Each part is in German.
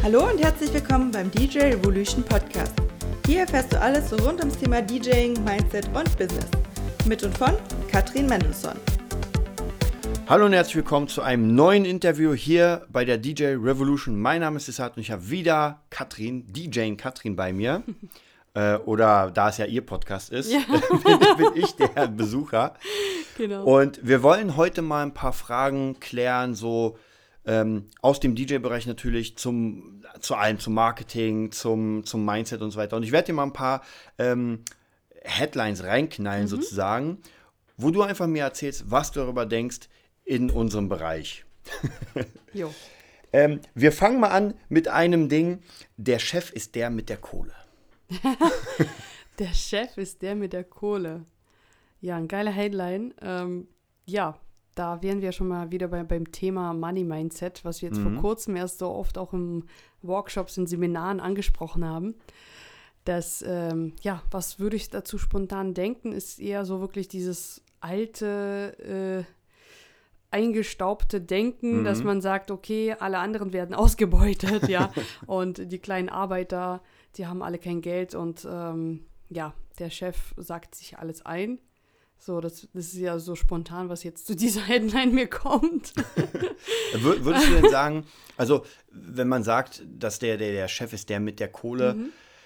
Hallo und herzlich willkommen beim DJ Revolution Podcast. Hier erfährst du alles rund ums Thema DJing, Mindset und Business. Mit und von Katrin Mendelssohn. Hallo und herzlich willkommen zu einem neuen Interview hier bei der DJ Revolution. Mein Name ist Desart und ich habe wieder DJ Katrin bei mir. Oder da es ja ihr Podcast ist, ja. bin ich der Besucher. Genau. Und wir wollen heute mal ein paar Fragen klären, so aus dem DJ-Bereich natürlich zu allem, zum Marketing, zum Mindset und so weiter. Und ich werde dir mal ein paar Headlines reinknallen sozusagen, wo du einfach mir erzählst, was du darüber denkst in unserem Bereich. Jo. Wir fangen mal an mit einem Ding, der Chef ist der mit der Kohle. Der Chef ist der mit der Kohle. Ja, ein geiler Headline. Da wären wir schon mal wieder beim Thema Money Mindset, was wir jetzt vor kurzem erst so oft auch in Workshops, in Seminaren angesprochen haben. Das, was würde ich dazu spontan denken, ist eher so wirklich dieses alte, eingestaubte Denken, dass man sagt, okay, alle anderen werden ausgebeutet, ja, und die kleinen Arbeiter, die haben alle kein Geld und der Chef sagt sich alles ein. So, das ist ja so spontan, was jetzt zu dieser Headline mir kommt. Würdest du denn sagen, also wenn man sagt, dass der Chef ist der mit der Kohle,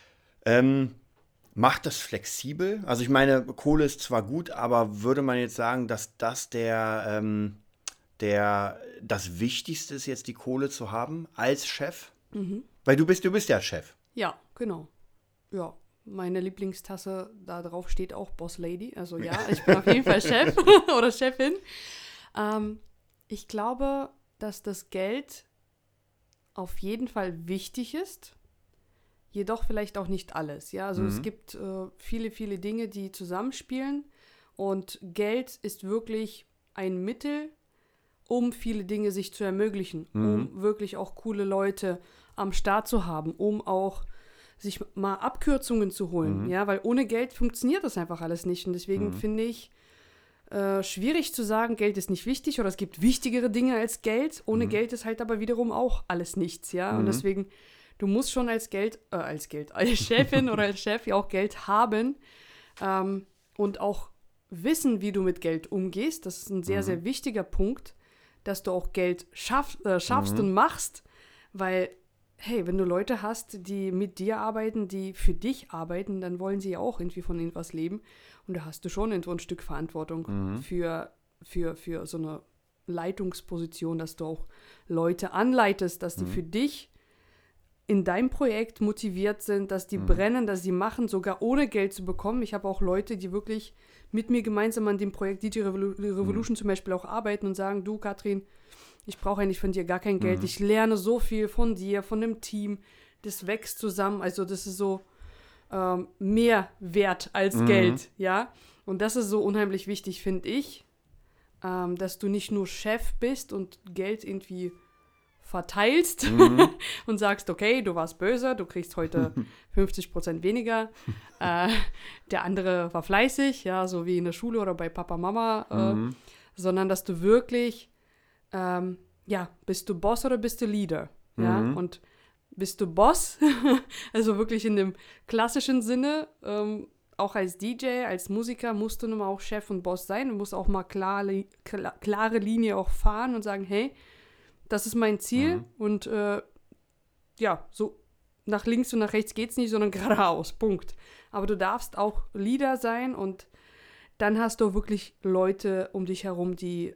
macht das flexibel? Also ich meine, Kohle ist zwar gut, aber würde man jetzt sagen, dass das das Wichtigste ist, jetzt die Kohle zu haben als Chef? Weil du bist ja Chef. Ja, genau. Ja, meine Lieblingstasse, da drauf steht auch Boss Lady. Also ja, ich bin auf jeden Fall Chef oder Chefin. Ich glaube, dass das Geld auf jeden Fall wichtig ist, jedoch vielleicht auch nicht alles. Ja, also es gibt viele, viele Dinge, die zusammenspielen und Geld ist wirklich ein Mittel, um viele Dinge sich zu ermöglichen, um wirklich auch coole Leute am Start zu haben, um auch sich mal Abkürzungen zu holen, ja, weil ohne Geld funktioniert das einfach alles nicht und deswegen finde ich schwierig zu sagen, Geld ist nicht wichtig oder es gibt wichtigere Dinge als Geld, ohne Geld ist halt aber wiederum auch alles nichts, ja, und deswegen, du musst schon als Chefin oder als Chef ja auch Geld haben und auch wissen, wie du mit Geld umgehst, das ist ein sehr, sehr wichtiger Punkt, dass du auch Geld schaffst und machst, weil hey, wenn du Leute hast, die mit dir arbeiten, die für dich arbeiten, dann wollen sie ja auch irgendwie von irgendwas leben. Und da hast du schon irgendwo ein Stück Verantwortung für so eine Leitungsposition, dass du auch Leute anleitest, dass die für dich in deinem Projekt motiviert sind, dass die brennen, dass sie machen, sogar ohne Geld zu bekommen. Ich habe auch Leute, die wirklich mit mir gemeinsam an dem Projekt DJ Revolution zum Beispiel auch arbeiten und sagen, du Katrin, ich brauche eigentlich von dir gar kein Geld. Ich lerne so viel von dir, von dem Team. Das wächst zusammen. Also das ist so mehr wert als Geld, ja. Und das ist so unheimlich wichtig, finde ich, dass du nicht nur Chef bist und Geld irgendwie verteilst und sagst, okay, du warst böse, du kriegst heute 50% weniger. Der andere war fleißig, ja, so wie in der Schule oder bei Papa, Mama, sondern dass du wirklich bist du Boss oder bist du Leader? Ja, und bist du Boss, also wirklich in dem klassischen Sinne, auch als DJ, als Musiker musst du nun mal auch Chef und Boss sein. Du musst auch mal klare Linie auch fahren und sagen, hey, das ist mein Ziel und so nach links und nach rechts geht's nicht, sondern geradeaus, Punkt. Aber du darfst auch Leader sein und dann hast du wirklich Leute um dich herum, die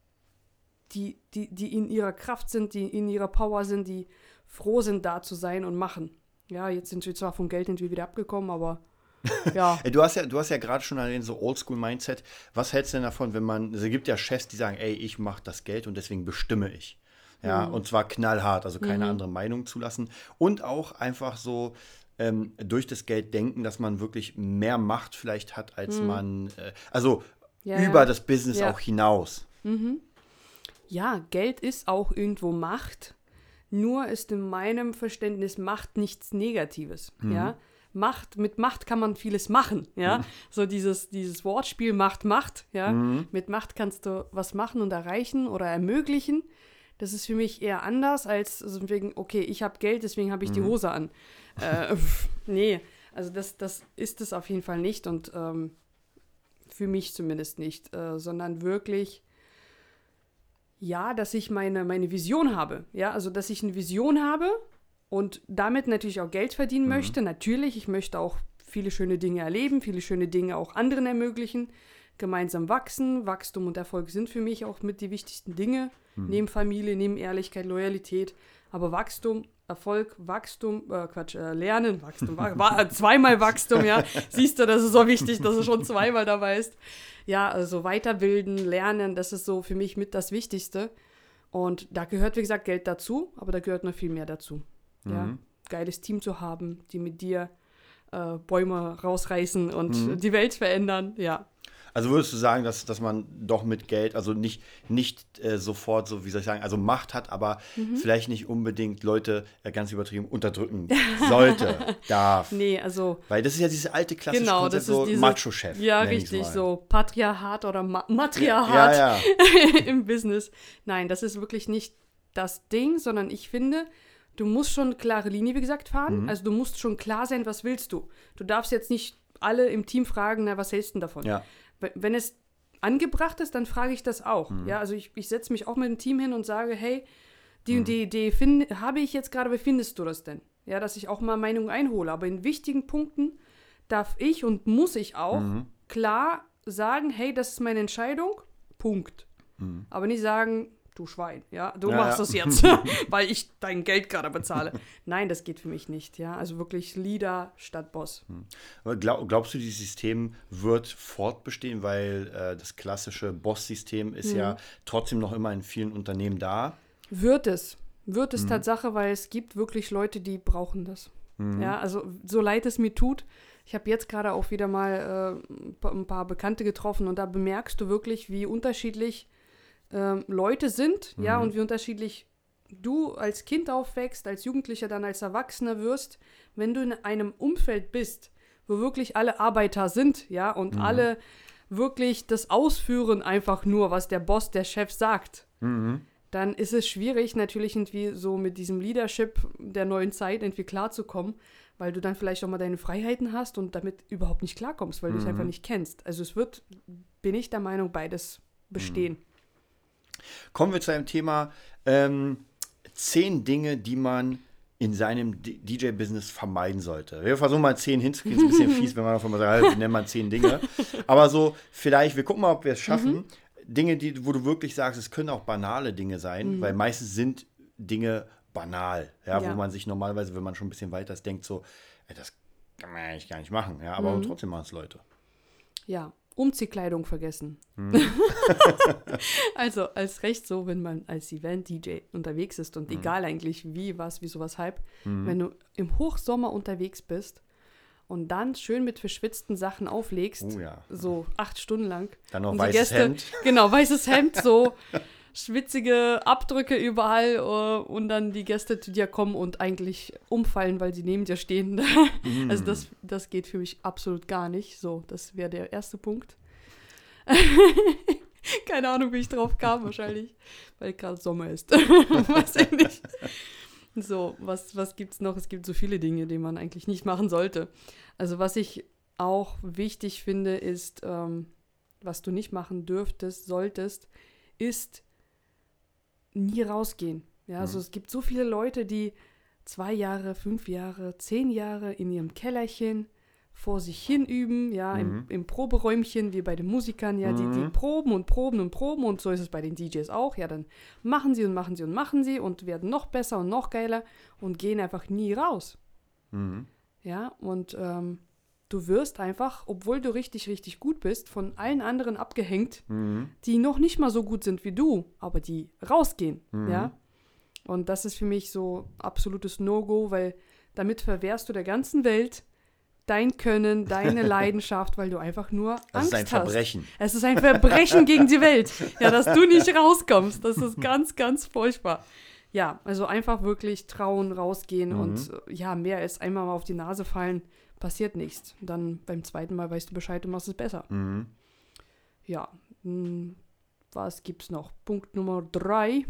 in ihrer Kraft sind, die in ihrer Power sind, die froh sind, da zu sein und machen. Ja, jetzt sind wir zwar vom Geld irgendwie wieder abgekommen, aber ja. Du hast ja gerade schon erwähnt, so Oldschool-Mindset. Was hältst du denn davon, es gibt ja Chefs, die sagen, ey, ich mache das Geld und deswegen bestimme ich. Ja, und zwar knallhart, also keine andere Meinung zulassen. Und auch einfach so durch das Geld denken, dass man wirklich mehr Macht vielleicht hat, als man, über das Business auch hinaus. Ja, Geld ist auch irgendwo Macht, nur ist in meinem Verständnis Macht nichts Negatives, ja. Mit Macht kann man vieles machen, ja. So dieses Wortspiel Macht, ja. Mit Macht kannst du was machen und erreichen oder ermöglichen. Das ist für mich eher anders als also wegen, okay, ich habe Geld, deswegen habe ich die Hose an. Nee, also das ist es auf jeden Fall nicht und für mich zumindest nicht, sondern wirklich, ja, dass ich meine Vision habe. Ja, also dass ich eine Vision habe und damit natürlich auch Geld verdienen möchte. Natürlich, ich möchte auch viele schöne Dinge erleben, viele schöne Dinge auch anderen ermöglichen. Gemeinsam wachsen. Wachstum und Erfolg sind für mich auch mit die wichtigsten Dinge. Neben Familie, neben Ehrlichkeit, Loyalität. Aber Wachstum, Erfolg, Wachstum, Lernen, Wachstum, zweimal Wachstum, ja. Siehst du, das ist so wichtig, dass du schon zweimal dabei bist. Ja, also weiterbilden, lernen, das ist so für mich mit das Wichtigste. Und da gehört, wie gesagt, Geld dazu, aber da gehört noch viel mehr dazu. Ja, geiles Team zu haben, die mit dir Bäume rausreißen und die Welt verändern, ja. Also würdest du sagen, dass man doch mit Geld, also nicht sofort so, wie soll ich sagen, also Macht hat, aber vielleicht nicht unbedingt Leute ganz übertrieben unterdrücken sollte, darf. Nee, also... Weil das ist ja dieses alte klassische genau, Konzept, das ist so Macho-Chef. Ja, richtig, so Patriarchat oder Matriarchat ja. im Business. Nein, das ist wirklich nicht das Ding, sondern ich finde, du musst schon eine klare Linie, wie gesagt, fahren. Also du musst schon klar sein, was willst du. Du darfst jetzt nicht alle im Team fragen, na, was hältst du denn davon? Ja. Wenn es angebracht ist, dann frage ich das auch. Ja, also ich setze mich auch mit dem Team hin und sage, hey, die und die Idee habe ich jetzt gerade, wie findest du das denn? Ja, dass ich auch mal Meinung einhole. Aber in wichtigen Punkten darf ich und muss ich auch klar sagen, hey, das ist meine Entscheidung, Punkt. Aber nicht sagen, du Schwein, ja, du machst das jetzt, weil ich dein Geld gerade bezahle. Nein, das geht für mich nicht, ja, also wirklich Leader statt Boss. Aber glaubst du, dieses System wird fortbestehen, weil das klassische Boss-System ist ja trotzdem noch immer in vielen Unternehmen da? Wird es Tatsache, weil es gibt wirklich Leute, die brauchen das. Ja, also so leid es mir tut, ich habe jetzt gerade auch wieder mal ein paar Bekannte getroffen und da bemerkst du wirklich, wie unterschiedlich Leute sind, ja, und wie unterschiedlich du als Kind aufwächst, als Jugendlicher, dann als Erwachsener wirst, wenn du in einem Umfeld bist, wo wirklich alle Arbeiter sind, ja, und alle wirklich das ausführen einfach nur, was der Boss, der Chef sagt, dann ist es schwierig, natürlich irgendwie so mit diesem Leadership der neuen Zeit irgendwie klarzukommen, weil du dann vielleicht auch mal deine Freiheiten hast und damit überhaupt nicht klarkommst, weil du es einfach nicht kennst. Also es wird, bin ich der Meinung, beides bestehen. Kommen wir zu einem Thema, 10 Dinge, die man in seinem DJ-Business vermeiden sollte. Wir versuchen mal 10 hinzukriegen, ist ein bisschen fies, wenn man auf einmal sagt, wir nennen mal 10 Dinge. Aber so, vielleicht, wir gucken mal, ob wir es schaffen. Dinge, wo du wirklich sagst, es können auch banale Dinge sein, weil meistens sind Dinge banal, ja, wo man sich normalerweise, wenn man schon ein bisschen weiter ist, denkt so, das kann man eigentlich gar nicht machen, ja, aber trotzdem machen es Leute. Ja. Umziehkleidung vergessen. Also als recht so, wenn man als Event-DJ unterwegs ist und egal eigentlich wie, was, wieso, weshalb, wenn du im Hochsommer unterwegs bist und dann schön mit verschwitzten Sachen auflegst, so 8 Stunden lang. Dann noch weißes Hemd. Genau, weißes Hemd, so schwitzige Abdrücke überall und dann die Gäste zu dir kommen und eigentlich umfallen, weil sie neben dir stehen. Also das geht für mich absolut gar nicht. So, das wäre der erste Punkt. Keine Ahnung, wie ich drauf kam, wahrscheinlich, weil gerade Sommer ist. Weiß ich nicht. So, was gibt's noch? Es gibt so viele Dinge, die man eigentlich nicht machen sollte. Also was ich auch wichtig finde, ist, was du nicht machen solltest, ist nie rausgehen. Ja, also es gibt so viele Leute, die 2 Jahre, 5 Jahre, 10 Jahre in ihrem Kellerchen vor sich hin üben, ja, im Proberäumchen, wie bei den Musikern, ja, die proben und proben und proben und so ist es bei den DJs auch, ja, dann machen sie und machen sie und machen sie und werden noch besser und noch geiler und gehen einfach nie raus. Ja, und du wirst einfach, obwohl du richtig, richtig gut bist, von allen anderen abgehängt, die noch nicht mal so gut sind wie du, aber die rausgehen, ja. Und das ist für mich so absolutes No-Go, weil damit verwehrst du der ganzen Welt dein Können, deine Leidenschaft, weil du einfach nur Angst hast. Das ist ein Verbrechen. Es ist ein Verbrechen gegen die Welt, ja, dass du nicht rauskommst. Das ist ganz, ganz furchtbar. Ja, also einfach wirklich trauen, rausgehen und ja, mehr als einmal mal auf die Nase fallen, passiert nichts. Und dann beim zweiten Mal weißt du Bescheid und machst es besser. Ja, Was gibt's noch? Punkt Nummer 3.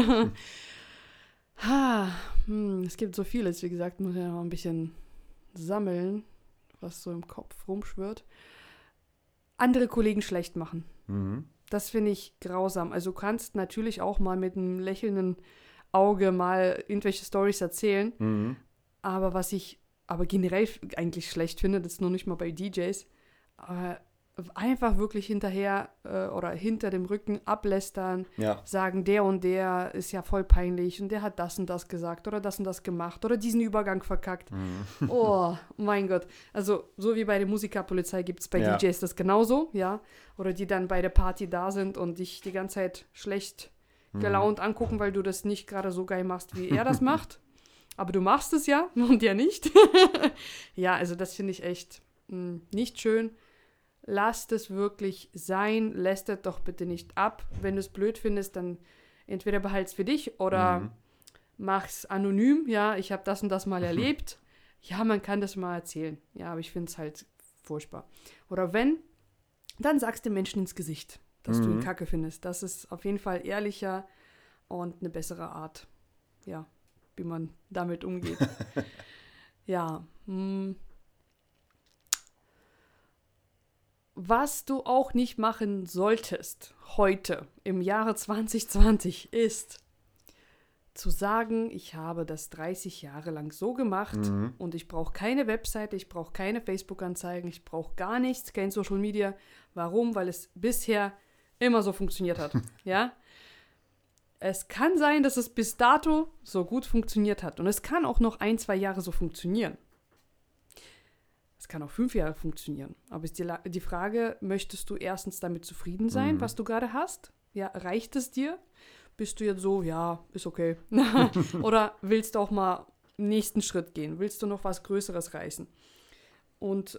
Es gibt so vieles, wie gesagt, muss ja noch ein bisschen sammeln, was so im Kopf rumschwirrt. Andere Kollegen schlecht machen. Das finde ich grausam. Also du kannst natürlich auch mal mit einem lächelnden Auge mal irgendwelche Storys erzählen. Aber was ich aber generell eigentlich schlecht finde, das ist noch nicht mal bei DJs, einfach wirklich hinterher oder hinter dem Rücken ablästern, sagen, der und der ist ja voll peinlich und der hat das und das gesagt oder das und das gemacht oder diesen Übergang verkackt. Oh, mein Gott. Also so wie bei der Musikerpolizei gibt es bei DJs das genauso, ja. Oder die dann bei der Party da sind und dich die ganze Zeit schlecht gelaunt angucken, weil du das nicht gerade so geil machst, wie er das macht. Aber du machst es ja und der nicht. Ja, also das finde ich echt nicht schön. Lasst es wirklich sein, lästert doch bitte nicht ab. Wenn du es blöd findest, dann entweder behalt's für dich oder mach's anonym. Ja, ich habe das und das mal erlebt. Ja, man kann das mal erzählen. Ja, aber ich finde es halt furchtbar. Oder wenn, dann sagst du dem Menschen ins Gesicht, dass du ihn kacke findest. Das ist auf jeden Fall ehrlicher und eine bessere Art, ja, wie man damit umgeht. Ja, Was du auch nicht machen solltest heute im Jahre 2020 ist zu sagen, ich habe das 30 Jahre lang so gemacht und ich brauche keine Webseite, ich brauche keine Facebook-Anzeigen, ich brauche gar nichts, kein Social Media. Warum? Weil es bisher immer so funktioniert hat. Ja? Es kann sein, dass es bis dato so gut funktioniert hat und es kann auch noch 1-2 Jahre so funktionieren. Es kann auch 5 Jahre funktionieren. Aber ist die Frage, möchtest du erstens damit zufrieden sein, was du gerade hast? Ja, reicht es dir? Bist du jetzt so, ja, ist okay. Oder willst du auch mal einen nächsten Schritt gehen? Willst du noch was Größeres reißen? Und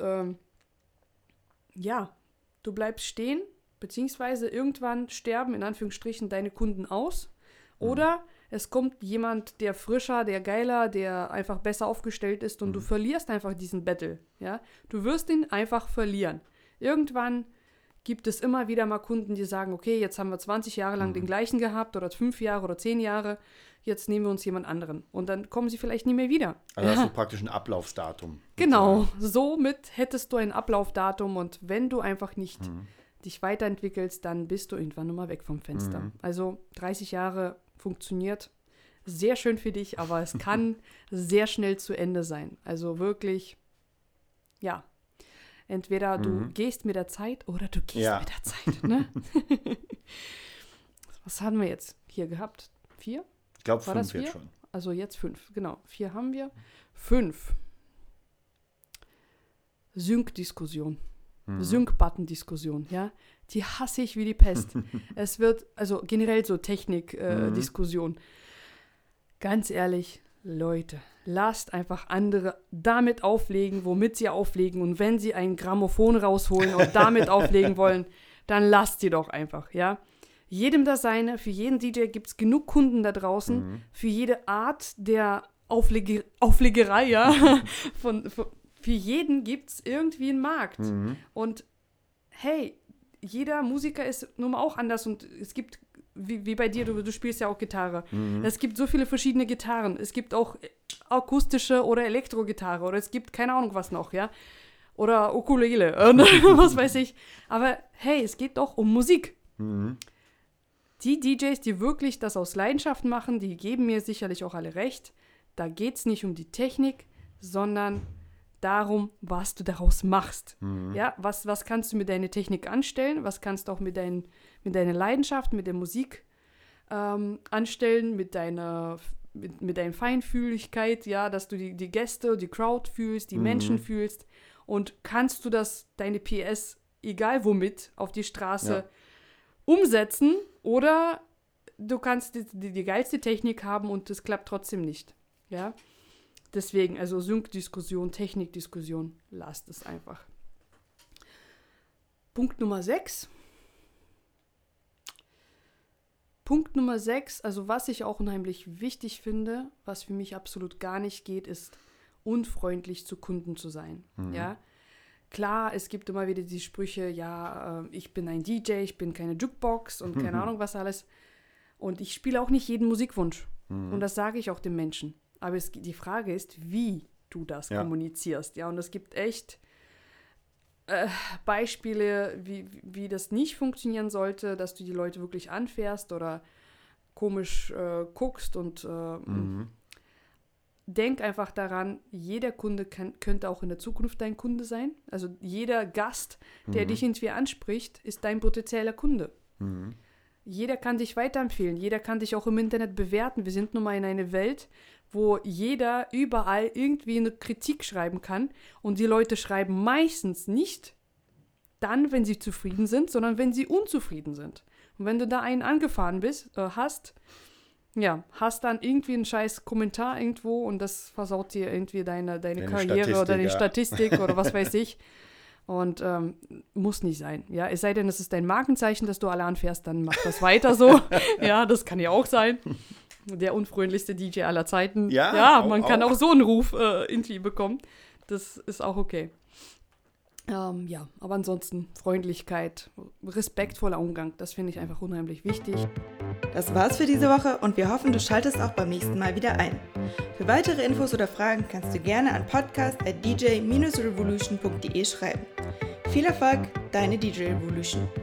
ja, du bleibst stehen, beziehungsweise irgendwann sterben in Anführungsstrichen deine Kunden aus. Oder es kommt jemand, der frischer, der geiler, der einfach besser aufgestellt ist und du verlierst einfach diesen Battle. Ja? Du wirst ihn einfach verlieren. Irgendwann gibt es immer wieder mal Kunden, die sagen, okay, jetzt haben wir 20 Jahre lang den gleichen gehabt oder 5 Jahre oder 10 Jahre, jetzt nehmen wir uns jemand anderen. Und dann kommen sie vielleicht nie mehr wieder. Also hast du praktisch ein Ablaufdatum. Genau, somit hättest du ein Ablaufdatum und wenn du einfach nicht dich weiterentwickelst, dann bist du irgendwann nochmal weg vom Fenster. Also 30 Jahre funktioniert sehr schön für dich, aber es kann sehr schnell zu Ende sein. Also wirklich, ja, entweder du gehst mit der Zeit oder du gehst mit der Zeit. Ne? Was haben wir jetzt hier gehabt? 4? Ich glaube 5 jetzt schon. Also jetzt 5, genau. 4 haben wir. 5. Sync-Diskussion. Sync-Button-Diskussion, ja. Die hasse ich wie die Pest. Es wird, also generell so Technik-Diskussion. Ganz ehrlich, Leute, lasst einfach andere damit auflegen, womit sie auflegen. Und wenn sie ein Grammophon rausholen und damit auflegen wollen, dann lasst sie doch einfach, ja. Jedem das seine, für jeden DJ gibt es genug Kunden da draußen, für jede Art der Auflegerei, ja, für jeden gibt es irgendwie einen Markt. Und hey, jeder Musiker ist nun mal auch anders und es gibt, wie bei dir, du spielst ja auch Gitarre. Es gibt so viele verschiedene Gitarren. Es gibt auch akustische oder Elektro-Gitarre oder es gibt keine Ahnung was noch, ja. Oder Ukulele, was weiß ich. Aber hey, es geht doch um Musik. Die DJs, die wirklich das aus Leidenschaft machen, die geben mir sicherlich auch alle recht. Da geht es nicht um die Technik, sondern darum, was du daraus machst. Ja, was kannst du mit deiner Technik anstellen? Was kannst du auch mit deiner Leidenschaft, mit der Musik anstellen, mit deiner Feinfühligkeit, ja, dass du die Gäste, die Crowd fühlst, die Menschen fühlst und kannst du deine PS, egal womit, auf die Straße umsetzen oder du kannst die geilste Technik haben und es klappt trotzdem nicht, ja. Deswegen, also Sync-Diskussion, Technik-Diskussion, lasst es einfach. Punkt Nummer 6. Also was ich auch unheimlich wichtig finde, was für mich absolut gar nicht geht, ist unfreundlich zu Kunden zu sein. Ja? klar, es gibt immer wieder die Sprüche, ja, ich bin ein DJ, ich bin keine Jukebox und keine Ahnung was alles. Und ich spiele auch nicht jeden Musikwunsch. Und das sage ich auch den Menschen. Aber die Frage ist, wie du das kommunizierst. Ja, und es gibt echt Beispiele, wie das nicht funktionieren sollte, dass du die Leute wirklich anfährst oder komisch guckst und denk einfach daran, jeder Kunde könnte auch in der Zukunft dein Kunde sein. Also jeder Gast, der dich irgendwie anspricht, ist dein potenzieller Kunde. Jeder kann dich weiterempfehlen, jeder kann dich auch im Internet bewerten. Wir sind nun mal in einer Welt, wo jeder überall irgendwie eine Kritik schreiben kann und die Leute schreiben meistens nicht dann, wenn sie zufrieden sind, sondern wenn sie unzufrieden sind. Und wenn du da einen angefahren hast dann irgendwie einen scheiß Kommentar irgendwo und das versaut dir irgendwie deine Karriere oder deine Statistik oder was weiß ich. Und muss nicht sein. Ja, es sei denn, es ist dein Markenzeichen, dass du alle anfährst, dann mach das weiter so. Ja, das kann ja auch sein. Der unfreundlichste DJ aller Zeiten. Ja, man kann auch so einen Ruf irgendwie bekommen. Das ist auch okay. Aber ansonsten Freundlichkeit, respektvoller Umgang, das finde ich einfach unheimlich wichtig. Das war's für diese Woche und wir hoffen, du schaltest auch beim nächsten Mal wieder ein. Für weitere Infos oder Fragen kannst du gerne an podcast@dj-revolution.de schreiben. Viel Erfolg, deine DJ Revolution.